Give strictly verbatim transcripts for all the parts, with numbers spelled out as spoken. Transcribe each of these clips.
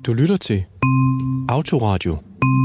Du lytter til Autoradio.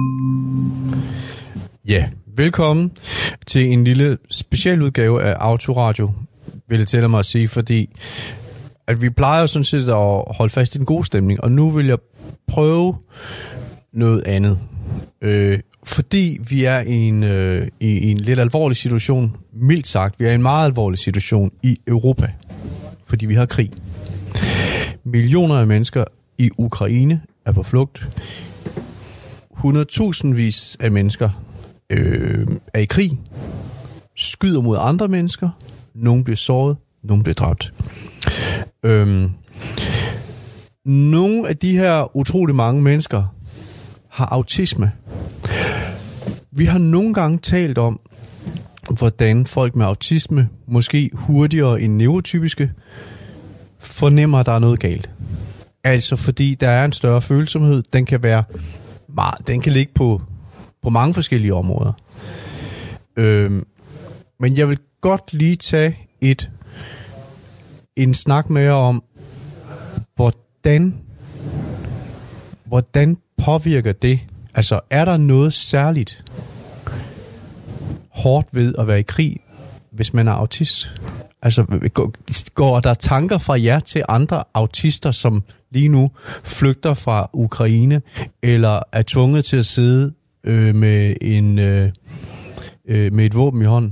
Ja, velkommen til en lille specialudgave af Autoradio, vil jeg tælle mig at sige, fordi at vi plejer sådan set at holde fast i en god stemning, og nu vil jeg prøve noget andet. Øh, fordi vi er i en, øh, i, i en lidt alvorlig situation, mildt sagt, vi er i en meget alvorlig situation i Europa, fordi vi har krig. Millioner af mennesker i Ukraine er på flugt. hundredtusindvis af mennesker øh, er i krig, skyder mod andre mennesker, nogle bliver såret, nogle bliver dræbt. Øhm, nogle af de her utrolig mange mennesker har autisme. Vi har nogle gange talt om, hvordan folk med autisme, måske hurtigere end neurotypiske, fornemmer, at der er noget galt. Altså fordi der er en større følsomhed, den kan være meget, den kan ligge på, på mange forskellige områder. Øhm, men jeg vil godt lige tage et en snak med jer om, hvordan hvordan påvirker det? Altså, er der noget særligt hårdt ved at være i krig, hvis man er autist? Altså, går der tanker fra jer til andre autister, som lige nu flygter fra Ukraine, eller er tvunget til at sidde øh, med en øh, øh, med et våben i hånden?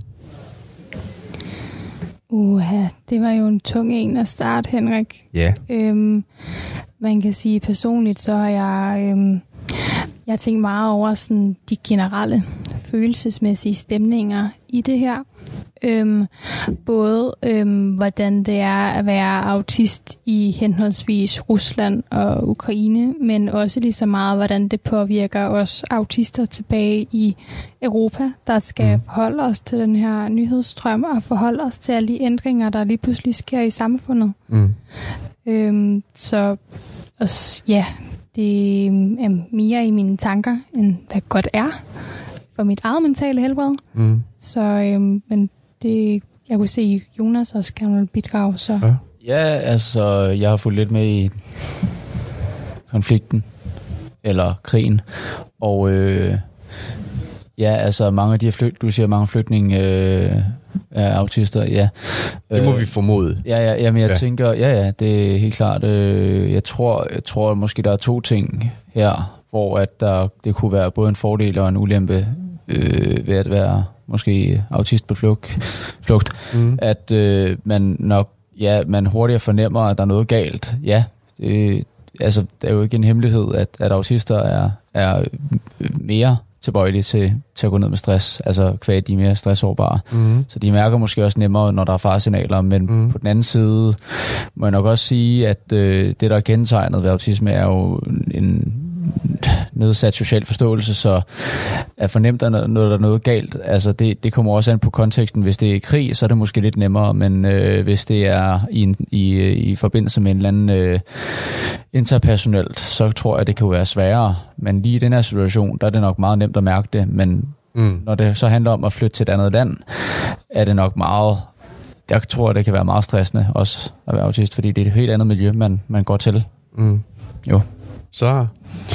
Uha, det var jo en tung en at starte, Henrik. Ja. Øhm, man kan sige personligt, så har jeg, øhm, jeg har tænkt meget over sådan, de generelle følelsesmæssige stemninger i det her. Øhm, både øhm, hvordan det er at være autist i henholdsvis Rusland og Ukraine, men også lige så meget, hvordan det påvirker os autister tilbage i Europa, der skal forholde os til den her nyhedsstrøm og forholde os til alle de ændringer, der lige pludselig sker i samfundet. Mm. Øhm, så og, ja, det er mere i mine tanker, end hvad godt er for mit eget mentale helbred. Mm. Så, øhm, men det, jeg kunne se, Jonas også kan bidrage, så... Ja. ja, altså, jeg har fulgt lidt med i konflikten, eller krigen, og øh, ja, altså, mange af de her flyt, du siger, mange flygtninge øh, er autister, ja. Det må øh, vi formode. Ja, ja, jamen, jeg ja. tænker, ja, ja, det er helt klart, øh, jeg tror, jeg tror måske, der er to ting her, hvor at der, det kunne være både en fordel og en ulempe øh, ved at være måske autist på flugt, flugt mm. at øh, man nok, ja, man hurtigere fornemmer, at der er noget galt. Ja, det, altså, det er jo ikke en hemmelighed, at, at autister er, er mere tilbøjelige til, til at gå ned med stress, altså kvæg de er mere stressoverbare. Mm. Så de mærker måske også nemmere, når der er faresignaler, men mm. på den anden side må jeg nok også sige, at øh, det, der er kendetegnet ved autisme, er jo en nedsat social forståelse, så at fornemt, at noget, der er noget galt, altså det, det kommer også an på konteksten. Hvis det er krig, så er det måske lidt nemmere, men øh, hvis det er i, en, i, i forbindelse med en eller anden øh, interpersonelt, så tror jeg, det kan være sværere. Men lige i den her situation, der er det nok meget nemt at mærke det, men mm. når det så handler om at flytte til et andet land, er det nok meget, jeg tror, det kan være meget stressende også at være autist, fordi det er et helt andet miljø, man, man går til. Mm. Jo. Så...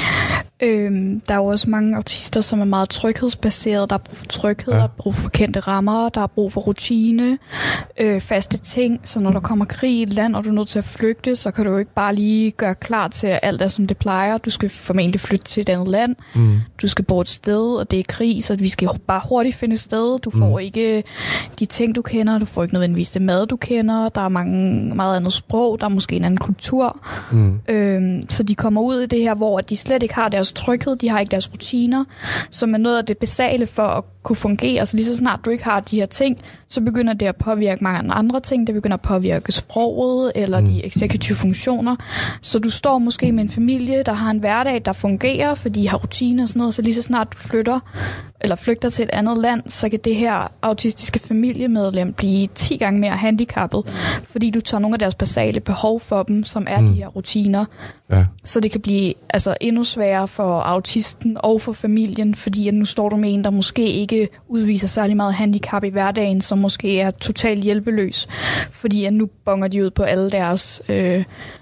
Øhm, der er jo også mange autister, som er meget tryghedsbaserede. Der er brug for tryghed, ja. Der er brug for kendte rammer, der er brug for rutine, øh, faste ting. Så når der kommer krig i et land, og du er nødt til at flygte, så kan du jo ikke bare lige gøre klar til, at alt er, som det plejer. Du skal formentlig flytte til et andet land. Mm. Du skal bo et sted, og det er krig, så vi skal bare hurtigt finde et sted. Du får mm. ikke de ting, du kender. Du får ikke nødvendigvis det mad, du kender. Der er mange, meget andet sprog. Der er måske en anden kultur. Mm. Øhm, så de kommer ud i det her, hvor de slet ikke har deres tryghed, de har ikke deres rutiner, som er noget af det basale for at kunne fungere. Så lige så snart du ikke har de her ting, så begynder det at påvirke mange andre ting. Det begynder at påvirke sproget eller mm. de executive funktioner. Så du står måske med en familie, der har en hverdag, der fungerer, fordi de har rutiner og sådan noget. Så lige så snart du flytter eller flygter til et andet land, så kan det her autistiske familiemedlem blive ti gange mere handicappet, fordi du tager nogle af deres basale behov for dem, som er mm. de her rutiner. Ja. Så det kan blive altså endnu sværere for autisten og for familien, fordi at nu står du med en, der måske ikke udviser særlig meget handicap i hverdagen, som måske er totalt hjælpeløs, fordi at nu bonger de ud på alle deres øh,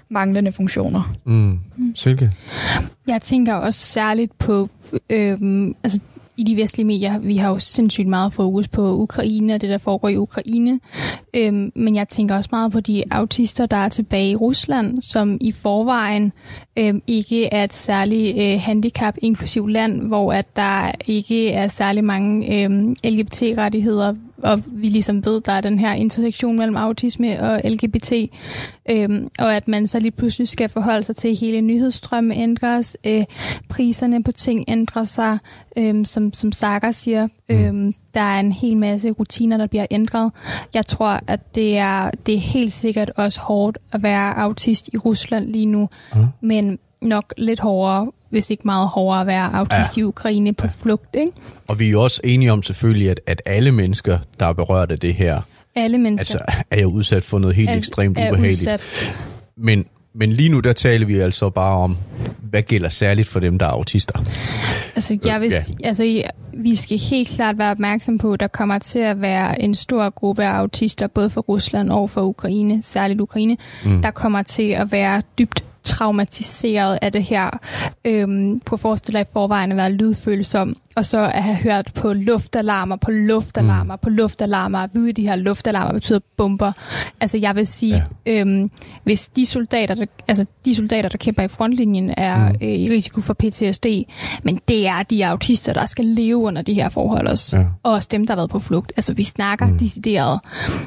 manglende funktioner. Mm. Silke? Jeg tænker også særligt på, øhm, altså i de vestlige medier, vi har jo sindssygt meget fokus på Ukraine og det, der foregår i Ukraine. Øhm, men jeg tænker også meget på de autister, der er tilbage i Rusland, som i forvejen øhm, ikke er et særligt øh, handicap-inklusiv land, hvor at der ikke er særlig mange øhm, L G B T-rettigheder, og vi ligesom ved, der er den her intersektion mellem autisme og L G B T, øhm, og at man så lige pludselig skal forholde sig til, at hele nyhedsstrømmen ændres, øh, priserne på ting ændrer sig, øhm, som, som Saga siger. Øhm, der er en hel masse rutiner, der bliver ændret. Jeg tror, at det er, det er helt sikkert også hårdt at være autist i Rusland lige nu, mm. men nok lidt hårdere, hvis ikke meget hårdere at være autist ja. i Ukraine på ja. flugt, ikke? Og vi er jo også enige om selvfølgelig, at, at alle mennesker, der er berørt af det her, alle mennesker. Altså, er jo udsat for noget helt er, ekstremt er ubehageligt. Udsat. Men, men lige nu, der taler vi altså bare om, hvad gælder særligt for dem, der er autister. Altså, jeg vil, ja. altså, vi skal helt klart være opmærksom på, at der kommer til at være en stor gruppe af autister, både for Rusland og for Ukraine, særligt Ukraine, mm. der kommer til at være dybt traumatiseret af det her, øhm, på forestiller i forvejen at være lydfølsom, og så at have hørt på luftalarmer, på luftalarmer, mm. på luftalarmer, at vide, at de her luftalarmer betyder bomber. Altså jeg vil sige, ja. øhm, hvis de soldater, der, altså de soldater, der kæmper i frontlinjen, er mm. øh, i risiko for P T S D, men det er de autister, der skal leve under de her forhold også, ja. og også dem, der har været på flugt. Altså vi snakker mm. decideret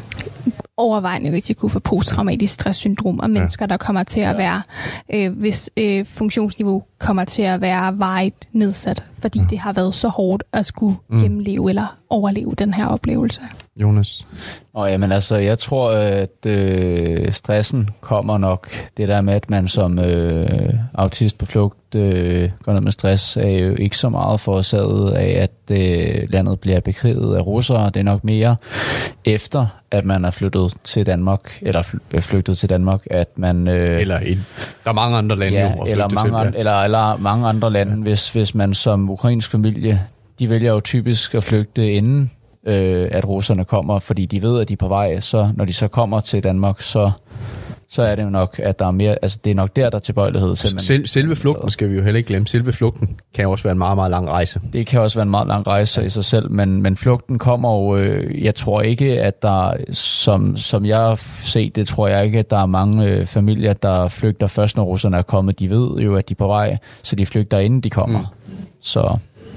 overvejende risiko for posttraumatisk stresssyndrom, og mennesker, ja. der kommer til at være, øh, hvis øh, funktionsniveau kommer til at være varigt nedsat, fordi ja. det har været så hårdt at skulle mm. gennemleve eller overleve den her oplevelse. Jonas? Nå, jamen altså, jeg tror, at øh, stressen kommer nok. Det der med, at man som øh, autist på flugt øh, går ned med stress, er jo ikke så meget forårsaget af, at øh, landet bliver bekriget af russere. Det er nok mere efter, at man er flyttet til Danmark, eller flygtet til Danmark, at man... Øh, eller i, der er mange andre lande, ja, jo, eller mange, til, ja. eller, eller mange andre lande, ja. hvis, hvis man som ukrainsk familie, de vælger jo typisk at flygte inden, øh, at russerne kommer, fordi de ved, at de er på vej. Så når de så kommer til Danmark, så, så er det jo nok, at der er mere, altså det er nok der, der er tilbøjelighed til. Sel, selve flugten skal vi jo heller ikke glemme. Selve flugten kan jo også være en meget, meget lang rejse. Det kan også være en meget lang rejse ja. i sig selv, men, men flugten kommer jo, øh, jeg tror ikke, at der, som, som jeg har set, det tror jeg ikke, at der er mange øh, familier, der flygter først, når russerne er kommet. De ved jo, at de er på vej, så de flygter inden de kommer. Mm. Så.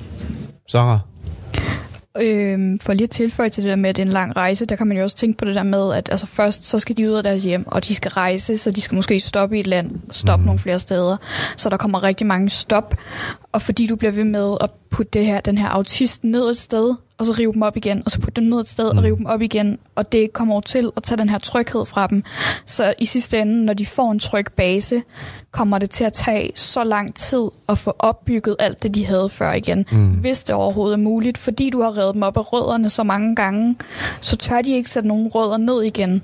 Sarah? Øhm, for lige at tilføje til det der med, at det er en lang rejse, der kan man jo også tænke på det der med, at altså først så skal de ud af deres hjem, og de skal rejse, så de skal måske stoppe i et land, stoppe mm. nogle flere steder, så der kommer rigtig mange stop, og fordi du bliver ved med at putte det her, den her autist ned et sted, og så rive dem op igen, og så putte dem ned et sted og rive dem op igen, og det kommer over til at tage den her tryghed fra dem. Så i sidste ende, når de får en tryg base, kommer det til at tage så lang tid at få opbygget alt det, de havde før igen. Mm. Hvis det overhovedet er muligt, fordi du har revet dem op af rødderne så mange gange, så tør de ikke sætte nogen rødder ned igen.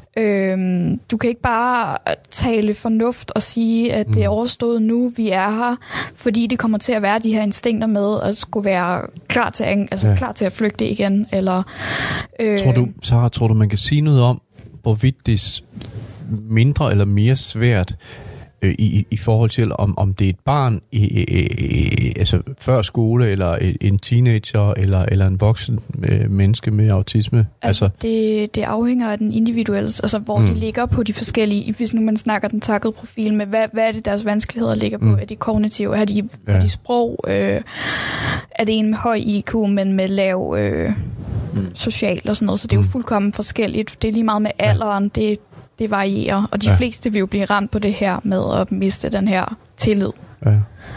Øhm, du kan ikke bare tale fornuft og sige, at det er overstået nu, vi er her, fordi det kommer til at være de her instinkter med at skulle være klar til, altså ja. klar til at flygte igen. Eller, øh... Tror du, Sarah, tror du, man kan sige noget om, hvorvidt det er mindre eller mere svært øh, i, i forhold til, om, om det er et barn i, i, altså før skole, eller en teenager, eller, eller en voksen øh, menneske med autisme? Altså, altså det, det afhænger af den individuelle, altså hvor mm. de ligger på de forskellige, hvis nu man snakker den takkede profil med, hvad, hvad er det deres vanskeligheder ligger på? Mm. Er de kognitive? Er de, ja. er de sprog? Øh, er det en med høj I Q, men med lav øh, mm. social og sådan noget? Så det er jo fuldkommen forskelligt. Det er lige meget med alderen, ja. det Det varierer, og de ja. fleste vil jo blive ramt på det her med at miste den her tillid. Ja.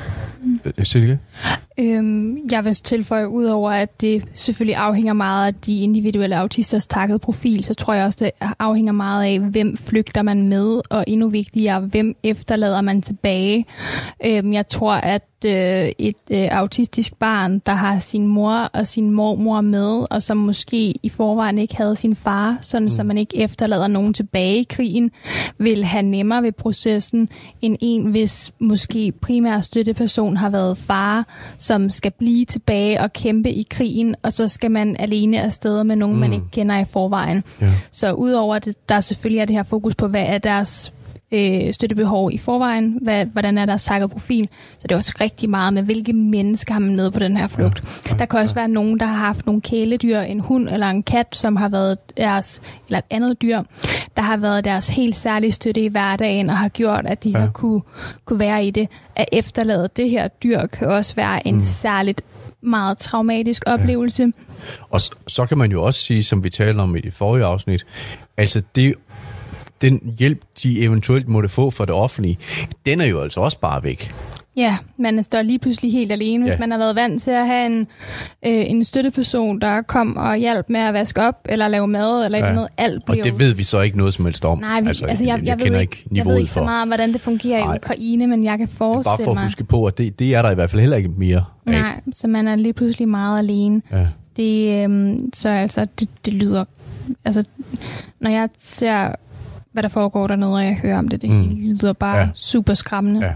Silke? Øhm, jeg vil tilføje, ud over at det selvfølgelig afhænger meget af de individuelle autisters takkede profil, så tror jeg også, det afhænger meget af, hvem flygter man med, og endnu vigtigere, hvem efterlader man tilbage. Øhm, jeg tror, at øh, et øh, autistisk barn, der har sin mor og sin mormor med, og som måske i forvejen ikke havde sin far, sådan mm. så man ikke efterlader nogen tilbage i krigen, vil have nemmere ved processen, end en, hvis måske primær støtteperson har været far, som skal blive tilbage og kæmpe i krigen, og så skal man alene afsted med nogen, mm. man ikke kender i forvejen. Yeah. Så udover at der selvfølgelig er det her fokus på, hvad er deres øh, støttebehov i forvejen, hvad, hvordan er deres psykoprofil, så det er også rigtig meget med, hvilke mennesker har man med på den her flugt. Ja, ja, der kan også ja. være nogen, der har haft nogle kæledyr, en hund eller en kat, som har været deres, eller et andet dyr, der har været deres helt særlige støtte i hverdagen, og har gjort, at de ja. har kunne, kunne være i det. At efterlade det her dyr kan også være en mm. særligt meget traumatisk oplevelse. Ja. Og så, så kan man jo også sige, som vi talte om i det forrige afsnit, altså det, den hjælp, de eventuelt måtte få fra det offentlige, den er jo altså også bare væk. Ja, man står lige pludselig helt alene, hvis ja. man har været vant til at have en, øh, en støtteperson, der kom og hjalp med at vaske op, eller lave mad, eller ja. noget. Alt blev... Og det ved vi så ikke noget som helst om. Nej, vi, altså, altså, jeg, jeg, jeg, jeg kender ikke, ikke niveauet jeg ved ikke så for. meget om, hvordan det fungerer Nej. i Ukraine, men jeg kan forestille mig... Bare for at huske på, at det, det er der i hvert fald heller ikke mere af. Nej, så man er lige pludselig meget alene. Ja. Det, øhm, så altså, det, det lyder... Altså, når jeg ser, hvad der foregår dernede, og jeg hører om det, det mm. lyder bare ja. super skræmmende. Ja.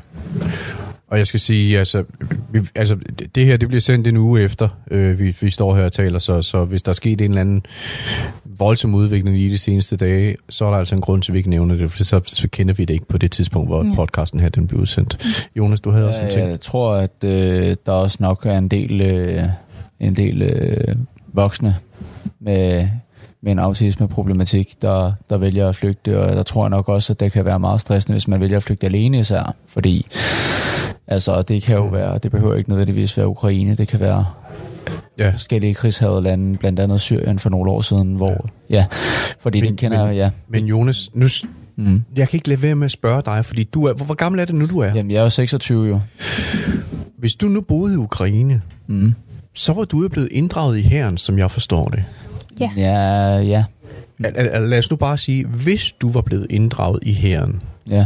Og jeg skal sige, altså, vi, altså det her, det bliver sendt en uge efter, øh, vi, vi står her og taler, så, så hvis der er sket en eller anden voldsom udvikling i de seneste dage, så er der altså en grund til, at vi ikke nævner det, for så, så kender vi det ikke på det tidspunkt, hvor ja. podcasten her, den bliver udsendt. Jonas, du havde ja, også en ting. Jeg tror, at øh, der også nok er en del, øh, en del øh, voksne med... med en autisme-problematik, der, der vælger at flygte, og der tror jeg nok også, at det kan være meget stressende, hvis man vælger at flygte alene især, fordi altså, det kan jo være, det behøver ikke nødvendigvis være Ukraine, det kan være ja. forskellige krigshavede lande, blandt andet Syrien for nogle år siden, hvor, ja, ja fordi men, den kender men, ja. Men Jonas, nu, mm. jeg kan ikke lade være med at spørge dig, fordi du er, hvor, hvor gammel er det nu, du er? Jamen, jeg er jo seksogtyve jo. Hvis du nu boede i Ukraine, mm. så var du jo blevet inddraget i hæren, som jeg forstår det. Ja. Ja, ja. Al- al- lad os nu bare sige, hvis du var blevet inddraget i hæren, ja.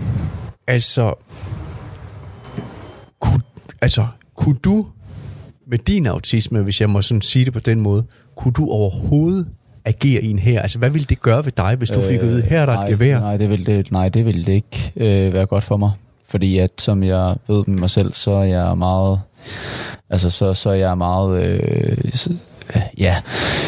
altså, kunne, altså, kunne du med din autisme, hvis jeg må sådan sige det på den måde, kunne du overhovedet agere i en hær? Altså, hvad ville det gøre ved dig, hvis du fik at vide, her er der et gevær? Nej, det ville det, nej, det ville det ikke øh, være godt for mig. Fordi at, som jeg ved med mig selv, så er jeg meget, altså, så, så er jeg meget, øh, så, ja,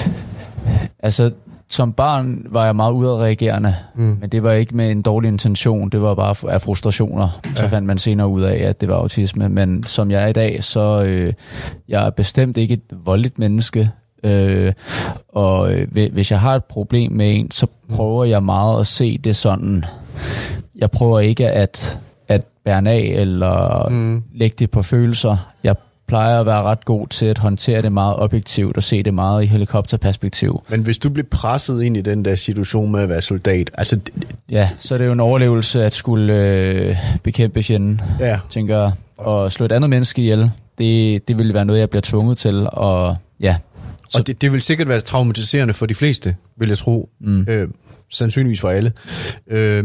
altså, som barn var jeg meget udadreagerende, mm. men det var ikke med en dårlig intention, det var bare af frustrationer. Ja. Så fandt man senere ud af, at det var autisme. Men som jeg er i dag, så øh, jeg er bestemt ikke et voldeligt menneske. Øh, og øh, hvis jeg har et problem med en, så prøver jeg meget at se det sådan. Jeg prøver ikke at, at bære af eller mm. lægge det på følelser. Jeg plejer at være ret god til at håndtere det meget objektivt og se det meget i helikopterperspektiv. Men hvis du bliver presset ind i den der situation med at være soldat, altså... Ja, så er det jo en overlevelse at skulle øh, bekæmpe fjenden, ja. tænker jeg. Og slå et andet menneske ihjel, det, det vil være noget, jeg bliver tvunget til, og ja. Så. Og det, det vil sikkert være traumatiserende for de fleste, vil jeg tro. Mm. Øh, sandsynligvis for alle. Øh,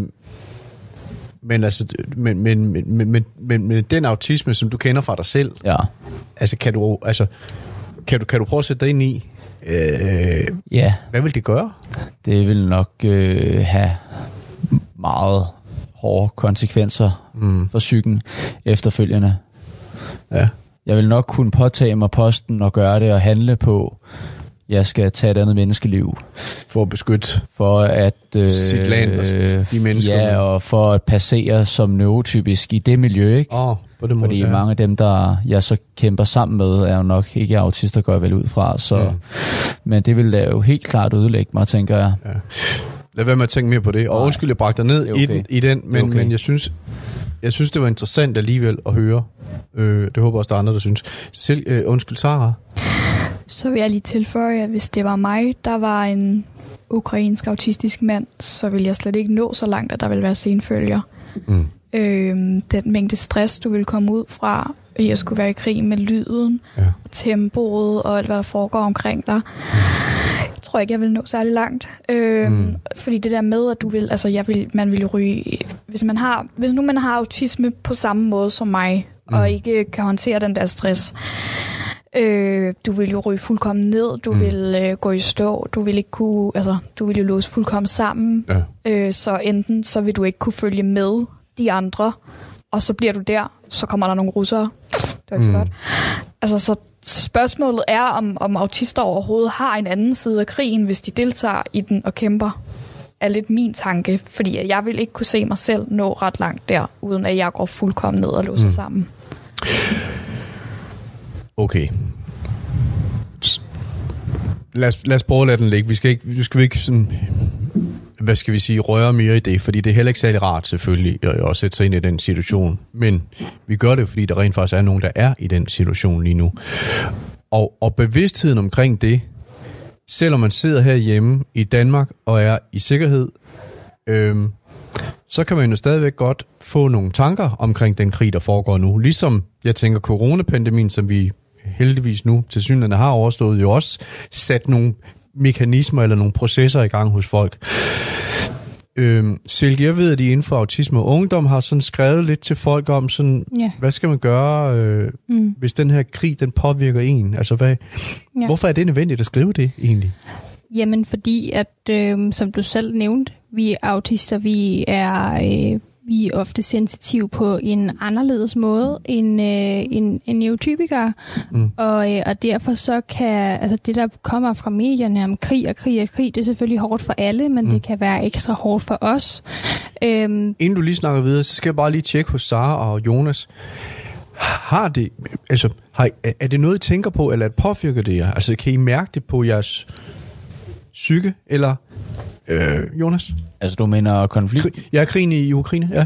Men altså, men, men, men, men, men, men den autisme, som du kender fra dig selv, ja. altså kan du, altså kan du, kan du prøve at sætte dig ind i, øh, ja. hvad vil det gøre? Det vil nok øh, have meget hårde konsekvenser mm. for psyken efterfølgende. Ja. Jeg vil nok kunne påtage mig posten og gøre det og handle på, jeg skal tage et andet menneskeliv. For at beskytte for at, øh, sit land og de mennesker. Ja, og for at passere som neurotypisk i det miljø, ikke? Oh, på det måde, fordi ja. mange af dem, der jeg så kæmper sammen med, er jo nok ikke autister, går jeg vel ud fra. Så, ja. Men det vil da jo helt klart ødelægge mig, tænker jeg. Ja. Lad være med at tænke mere på det. Og undskyld, jeg bragte dig ned okay. i, den, i den, men, okay. men jeg synes, jeg synes, det var interessant alligevel at høre. Øh, det håber også, der er andre, der synes. Selv, øh, undskyld, Sara. Så vil jeg lige tilføje, at hvis det var mig, der var en ukrainsk autistisk mand, så ville jeg slet ikke nå så langt, at der ville være senfølger. Mm. Øhm, den mængde stress, du ville komme ud fra, at jeg skulle være i krig med lyden, ja. tempoet og alt, hvad der foregår omkring dig. Jeg tror ikke, jeg vil nå særlig langt. Øhm, mm. Fordi det der med, at du vil, altså jeg vil, man vil ryge, hvis man har, hvis nu man har autisme på samme måde som mig, mm. og ikke kan håndtere den der stress, Øh, du vil jo ryge fuldkommen ned, du mm. vil øh, gå i stå, du vil ikke kunne, altså, du vil jo låse fuldkommen sammen, ja. øh, så enten så vil du ikke kunne følge med de andre, og så bliver du der, så kommer der nogle russere. Det er ikke mm. så godt. Altså, så spørgsmålet er, om, om autister overhovedet har en anden side af krigen, hvis de deltager i den og kæmper. er lidt min tanke, fordi jeg vil ikke kunne se mig selv nå ret langt der, uden at jeg går fuldkommen ned og låser mm. sammen. Okay. Lad os, lad os prøve at lade den ligge. Vi skal ikke, vi skal ikke sådan, hvad skal vi sige, røre mere i det, fordi det er heller ikke særlig rart selvfølgelig at sætte sig ind i den situation. Men vi gør det, fordi der rent faktisk er nogen, der er i den situation lige nu. Og, og bevidstheden omkring det, selvom man sidder herhjemme i Danmark og er i sikkerhed, øhm, så kan man jo stadigvæk godt få nogle tanker omkring den krig, der foregår nu. Ligesom jeg tænker coronapandemien, som vi heldigvis nu til synligheden har overstået, jo også sat nogle mekanismer eller nogle processer i gang hos folk. Øhm, Silke, jeg ved, at I inden for autisme og ungdom har sådan skrevet lidt til folk om, sådan, ja. hvad skal man gøre, øh, mm. hvis den her krig, den påvirker en? Altså, hvad, ja. Hvorfor er det nødvendigt at skrive det egentlig? Jamen, fordi at, øh, som du selv nævnte, vi autister, vi er... Øh, Vi er ofte sensitive på en anderledes måde end, øh, end, end neurotypikere, mm. og, øh, og derfor så kan altså det, der kommer fra medierne om krig og krig og krig, det er selvfølgelig hårdt for alle, men mm. det kan være ekstra hårdt for os. Øhm, Inden du lige snakker videre, så skal jeg bare lige tjekke hos Sara og Jonas. Har det, altså, har, er det noget, I tænker på, eller påvirker det jer? Altså, kan I mærke det på jeres psyke, eller... Øh, Jonas? Altså, du mener konflikt? Krig, ja, krigen i Ukraine, ja.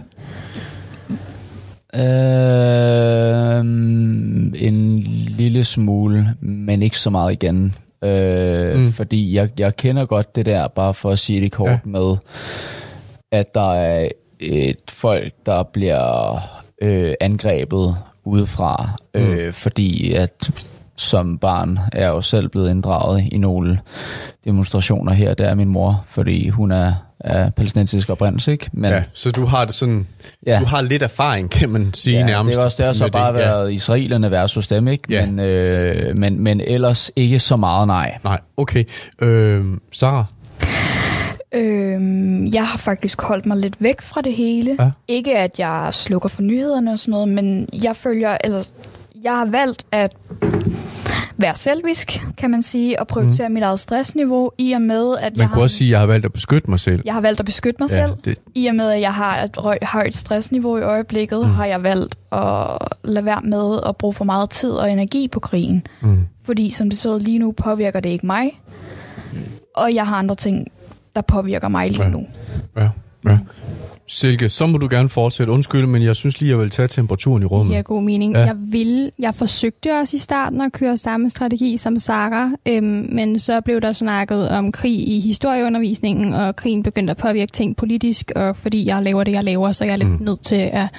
Øh, en lille smule, men ikke så meget igen. Øh, mm. Fordi jeg, jeg kender godt det der, bare for at sige det kort, ja. Med, at der er et folk, der bliver øh, angrebet udefra, mm. øh, fordi at som barn er jeg jo selv blevet inddraget i nogle demonstrationer her. Der er min mor, fordi hun er, er palæstinensisk oprindelse, ikke? Men, ja, så du har det sådan, ja. Du har lidt erfaring, kan man sige, ja, nærmest. det er også der så bare det. Været ja. Israelerne versus dem, ikke? Ja. Men, øh, men, men ellers ikke så meget, nej. Nej, okay. Øh, Sara? Øhm, jeg har faktisk holdt mig lidt væk fra det hele. Ja. Ikke at jeg slukker for nyhederne og sådan noget, men jeg følger, altså, jeg har valgt at være selvisk, kan man sige, og prioritere mm. mit eget stressniveau, i og med, at man jeg kan har... også sige, at jeg har valgt at beskytte mig selv. Jeg har valgt at beskytte mig ja, selv. Det... I og med, at jeg har et røg, højt stressniveau i øjeblikket, mm. har jeg valgt at lade være med at bruge for meget tid og energi på krigen. Mm. Fordi som det så lige nu, påvirker det ikke mig. Og jeg har andre ting, der påvirker mig lige ja. nu. Ja, ja. Silke, så må du gerne fortsætte. Undskyld, men jeg synes lige, jeg vil tage temperaturen i rummet. Ja, god mening. Ja. Jeg vil, jeg forsøgte også i starten at køre samme strategi som Sara, øhm, men så blev der snakket om krig i historieundervisningen, og krigen begyndte at påvirke ting politisk, og fordi jeg laver det, jeg laver, så er jeg lidt mm. nødt til at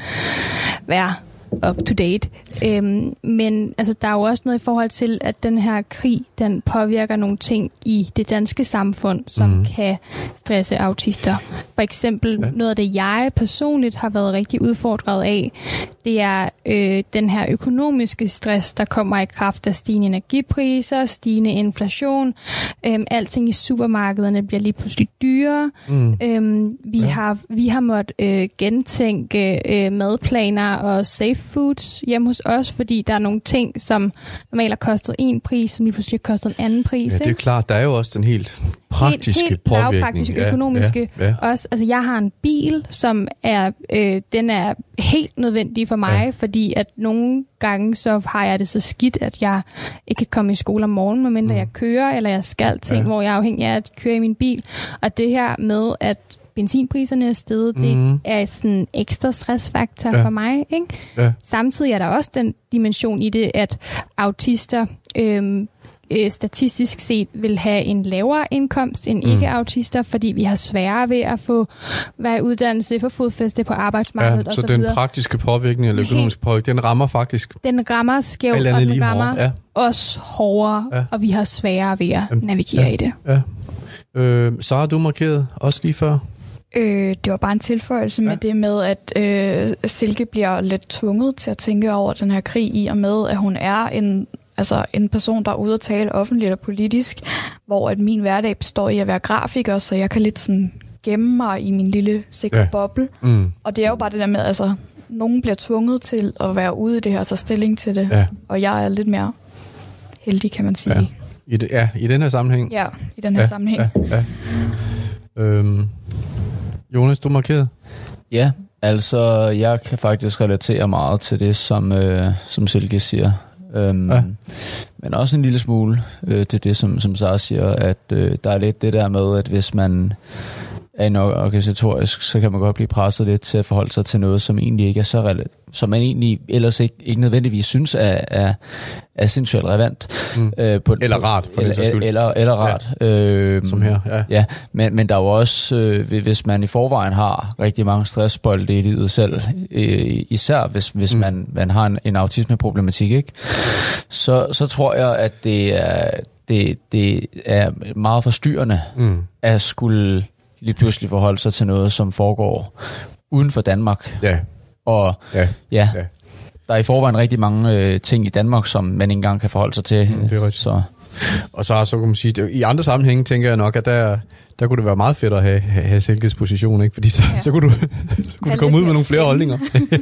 være up to date. Øhm, men altså, der er jo også noget i forhold til, at den her krig, den påvirker nogle ting i det danske samfund, som mm. kan stresse autister. For eksempel ja. Noget af det, jeg personligt har været rigtig udfordret af, det er øh, den her økonomiske stress, der kommer i kraft af stigende energipriser, stigende inflation. Øhm, alting i supermarkederne bliver lige pludselig dyrere. Mm. Øhm, vi, ja. har, vi har måttet øh, gentænke øh, madplaner og safe foods hjemme hos os, fordi der er nogle ting, som normalt har kostet en pris, som lige pludselig har kostet en anden pris. Ja, det er klart. Der er jo også den helt praktiske helt, helt påvirkning. Helt lavpraktiske, økonomiske. Ja, ja, ja. Også, altså, jeg har en bil, som er, øh, den er helt nødvendig for mig, ja. Fordi at nogle gange, så har jeg det så skidt, at jeg ikke kan komme i skole om morgenen, medmindre mm. jeg kører, eller jeg skal ting, ja. Hvor jeg er afhængig af at køre i min bil. Og det her med, at benzinpriserne er steget, det mm. er sådan en ekstra stressfaktor ja. For mig. Ikke? Ja. Samtidig er der også den dimension i det, at autister øhm, øh, statistisk set vil have en lavere indkomst end mm. ikke-autister, fordi vi har sværere ved at få være uddannelse, få fodfæste på arbejdsmarkedet ja, og så, så den videre. praktiske påvirkning eller økonomiske påvirkning, den rammer faktisk... Den rammer skævt, og den rammer ja. Også hårdere, ja. Og vi har sværere ved at Jamen, navigere ja. I det. Ja. Øh, Sara, du markerede også lige før. Øh, det var bare en tilføjelse med ja. Det med, at øh, Silke bliver lidt tvunget til at tænke over den her krig, i og med, at hun er en, altså en person, der er ude at tale offentligt og politisk, hvor at min hverdag består i at være grafiker, så jeg kan lidt sådan gemme mig i min lille sikre ja. Boble. Mm. Og det er jo bare det der med, altså, nogen bliver tvunget til at være ude i det her, så stilling til det. Ja. Og jeg er lidt mere heldig, kan man sige. Ja, i, det, ja, i den her sammenhæng. Ja, i den her ja, sammenhæng. Ja, ja. Øhm, Jonas, du markerede? Ja, altså jeg kan faktisk relatere meget til det, som, øh, som Silke siger. Øhm, ja. Men også en lille smule øh, til det, som, som Sara siger, at øh, der er lidt det der med, at hvis man er en organisatorisk, så kan man godt blive presset lidt til at forholde sig til noget, som egentlig ikke er så relevant, som man egentlig ellers ikke, ikke nødvendigvis synes er, er, er sindssygt relevant. Mm. Øh, på, eller rart, for eller, den skyld. Eller, eller rart. Ja. Øh, som her, ja. ja men, men der er jo også, øh, hvis man i forvejen har rigtig mange stressbolde i livet selv, øh, især hvis, hvis mm. man, man har en, en autismeproblematik, ikke? Så, så tror jeg, at det er, det, det er meget forstyrrende mm. at skulle lige pludselig forholde sig til noget, som foregår uden for Danmark. Ja. Og ja. Ja, ja, der er i forvejen rigtig mange øh, ting i Danmark, som man ikke engang kan forholde sig til. Mm, det er rigtigt. Så. Og så, så kan man sige, at i andre sammenhænge tænker jeg nok, at der, der kunne det være meget fedt at have, have Silkes position, ikke? Fordi så, ja. så kunne du, så kunne du komme ud med nogle flere holdninger.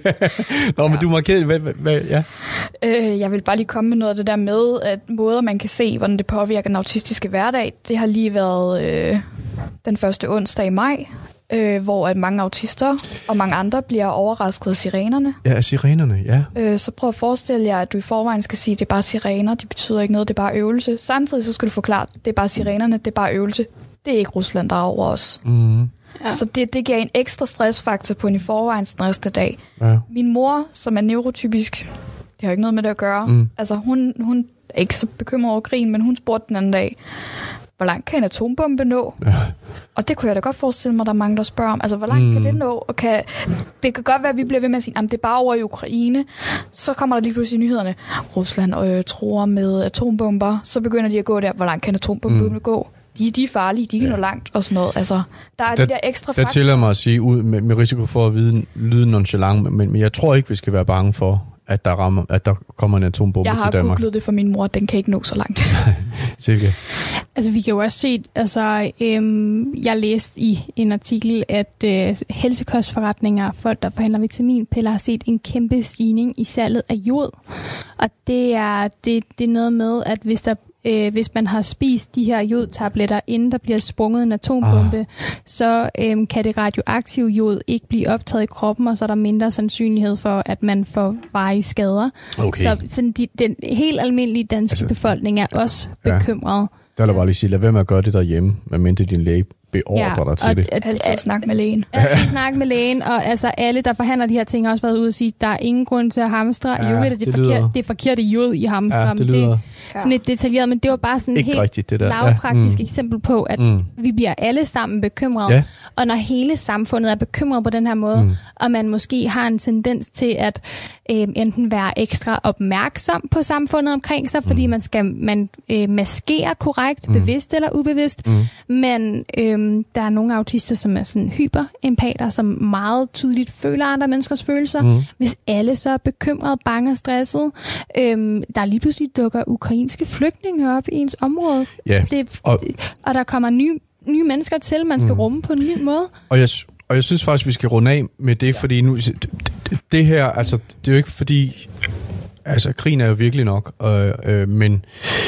Nå, ja. Men du markerede, hvad, hvad, ja. Øh, jeg vil bare lige komme med noget af det der med, at måder man kan se, hvordan det påvirker den autistiske hverdag, det har lige været øh, den første onsdag i maj, øh, hvor at mange autister og mange andre bliver overrasket af sirenerne. Ja, sirenerne, ja. Øh, så prøv at forestille jer, at du i forvejen skal sige, at det er bare sirener, det betyder ikke noget, det er bare øvelse. Samtidig så skal du forklare, at det er bare sirenerne, det er bare øvelse. Det er ikke Rusland, der er over os. Mm. Ja. Så det, det giver en ekstra stressfaktor på en i forvejen stressende dag. Ja. Min mor, som er neurotypisk, det har ikke noget med det at gøre. Mm. Altså hun, hun er ikke så bekymret over krigen, men hun spurgte den anden dag, hvor langt kan en atombombe nå? Ja. Og det kunne jeg da godt forestille mig, der er mange, der spørger om. Altså, hvor langt mm. kan det nå? Og kan, det kan godt være, at vi bliver ved med at sige, at det er bare over i Ukraine. Så kommer der lige pludselig nyhederne. Rusland øh, tror med atombomber. Så begynder de at gå der. Hvor langt kan atombombe mm. gå? De, de er farlige, de kan ja. nå langt og sådan noget. Altså, der er der, de der ekstra faktorer. Der tillader mig at sige, ud med, med risiko for at vide, lyde nonchalant, men, men jeg tror ikke, vi skal være bange for, at der, rammer, at der kommer en atombombe til Danmark. Jeg har googlet det for min mor, den kan ikke nå så langt. Silke? Altså, vi kan jo også se, altså, øhm, jeg læste i en artikel, at øh, helsekostforretninger, folk, der forhandler vitaminpiller, har set en kæmpe stigning i salget af jod. Og det er, det, det er noget med, at hvis der Øh, hvis man har spist de her jodtabletter, inden der bliver sprunget en atombombe, ah. så øh, kan det radioaktive jod ikke blive optaget i kroppen, og så er der mindre sandsynlighed for, at man får varige skader. Okay. Så sådan de, den helt almindelige danske altså, befolkning er også ja. bekymret. Der vil jeg bare lige sige, lad være med at gøre det derhjemme, medmindre din læge beordrer ja, dig til det. Altid snak med lægen. Altid snak med lægen, og altså alle, der forhandler de her ting, har også været ude og sige, der er ingen grund til at hamstre. Ja, jo, det, det, det, forkert, det er forkerte jod i hamstre. Ja, det lyder... Det, sådan lidt detaljeret, men det var bare sådan et helt rigtigt, det der. lavpraktisk ja. mm. eksempel på, at mm. vi bliver alle sammen bekymrede. Ja. Og når hele samfundet er bekymret på den her måde, mm. og man måske har en tendens til at øh, enten være ekstra opmærksom på samfundet omkring sig, fordi mm. man skal man øh, maskere korrekt, mm. bevidst eller ubevidst, mm. men øh, der er nogle autister, som er sådan hyperempater, som meget tydeligt føler andre menneskers følelser. Mm. Hvis alle så er bekymrede, bange og stresset, øh, der lige pludselig dukker ukrainske flygtninge op i ens område. Yeah. Det, og, og der kommer nye, nye mennesker til, man skal mm. rumme på en ny måde. Og jeg, og jeg synes faktisk, vi skal runde af med det, ja. fordi nu, det, det her, altså, det er jo ikke fordi, altså, krigen er jo virkelig nok, øh, øh, men,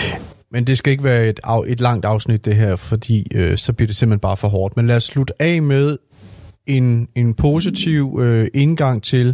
men det skal ikke være et, et langt afsnit, det her, fordi øh, så bliver det simpelthen bare for hårdt. Men lad os slutte af med en, en positiv øh, indgang til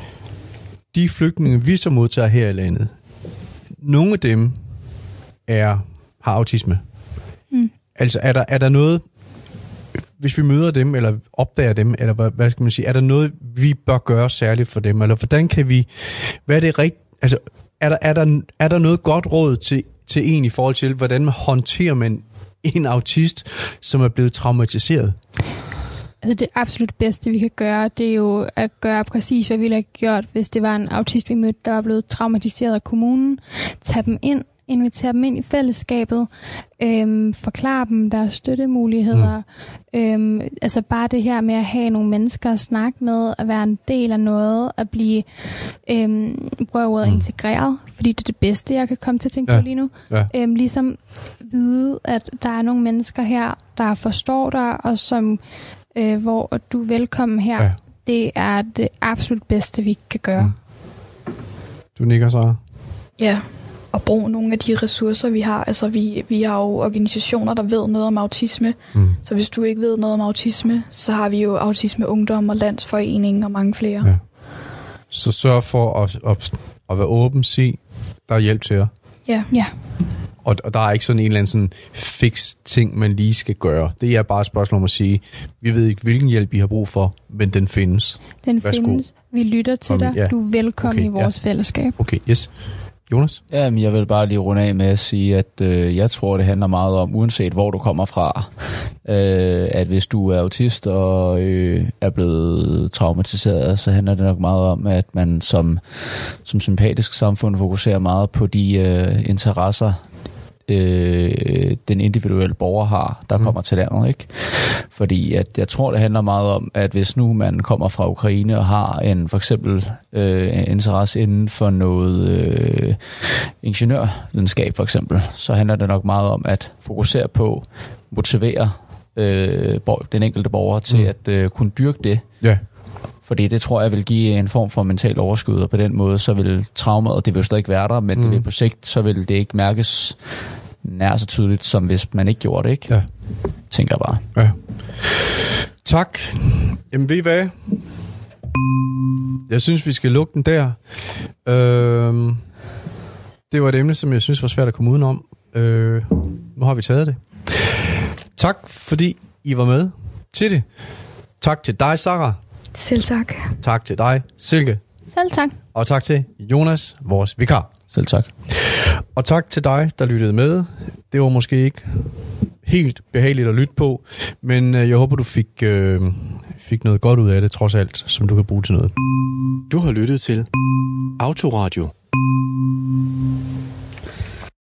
de flygtninge, vi så modtager her i landet. Nogle af dem er, har autisme. Mm. Altså er der, er der noget, hvis vi møder dem, eller opdager dem, eller hvad, hvad skal man sige, er der noget, vi bør gøre særligt for dem? Eller hvordan kan vi, hvad er det rigtigt, altså er der, er der, er der noget godt råd til, til en i forhold til, hvordan man håndterer man en autist, som er blevet traumatiseret? Altså det absolut bedste, vi kan gøre, det er jo at gøre præcis, hvad vi ville have gjort, hvis det var en autist, vi mødte, der var blevet traumatiseret af kommunen. Tag dem ind, invitere dem ind i fællesskabet, øhm, forklare dem deres støttemuligheder. Mm. Øhm, altså bare det her med at have nogle mennesker at snakke med, at være en del af noget, at blive øhm, prøvet mm. integreret, fordi det er det bedste, jeg kan komme til at tænke ja. på lige nu. Ja. Øhm, ligesom vide, at der er nogle mennesker her, der forstår dig, og som øh, hvor du er velkommen her. Ja. Det er det absolut bedste, vi kan gøre. Mm. Du nikker så? Ja. at bruge nogle af de ressourcer, vi har. Altså, vi, vi har jo organisationer, der ved noget om autisme. Mm. Så hvis du ikke ved noget om autisme, så har vi jo Autisme Ungdom og Landsforeningen og mange flere. Ja. Så sørg for at, at, at være åben, sig, der er hjælp til jer. Ja. Ja. Og, og der er ikke sådan en eller anden sådan fix ting, man lige skal gøre. Det er bare et spørgsmål om at sige, vi ved ikke, hvilken hjælp I har brug for, men den findes. Den Værsgo. findes. Vi lytter til Kom, dig. ja. Du er velkommen Okay, i vores ja. fællesskab. Okay, yes. Jonas? Ja, men jeg vil bare lige runde af med at sige, at øh, jeg tror, det handler meget om, uanset hvor du kommer fra, øh, at hvis du er autist og øh, er blevet traumatiseret, så handler det nok meget om, at man som, som sympatisk samfund fokuserer meget på de øh, interesser, øh, den individuelle borger har, der kommer mm. til landet, ikke? Fordi at jeg tror, det handler meget om, at hvis nu man kommer fra Ukraine og har en for eksempel øh, interesse inden for noget øh, ingeniørvidenskab for eksempel, så handler det nok meget om at fokusere på, motivere øh, den enkelte borger til mm. at øh, kunne dyrke det. Ja. Fordi det tror jeg vil give en form for mental overskud, og på den måde så vil traumet, det vil jo stadig være der, men mm. det vil på sigt, så vil det ikke mærkes nær så tydeligt, som hvis man ikke gjorde det, ikke? Ja. Tænker jeg bare. Ja. Tak. Jamen ved I hvad? Jeg synes, vi skal lukke den der. Øhm, det var et emne, som jeg synes var svært at komme udenom. Øh, nu har vi taget det. Tak, fordi I var med til det. Tak til dig, Sarah. Selv tak. Tak til dig, Silke. Selv tak. Og tak til Jonas, vores vikar. Selv tak. Og tak til dig, der lyttede med. Det var måske ikke helt behageligt at lytte på, men jeg håber, du fik, øh, fik noget godt ud af det, trods alt, som du kan bruge til noget. Du har lyttet til Autoradio.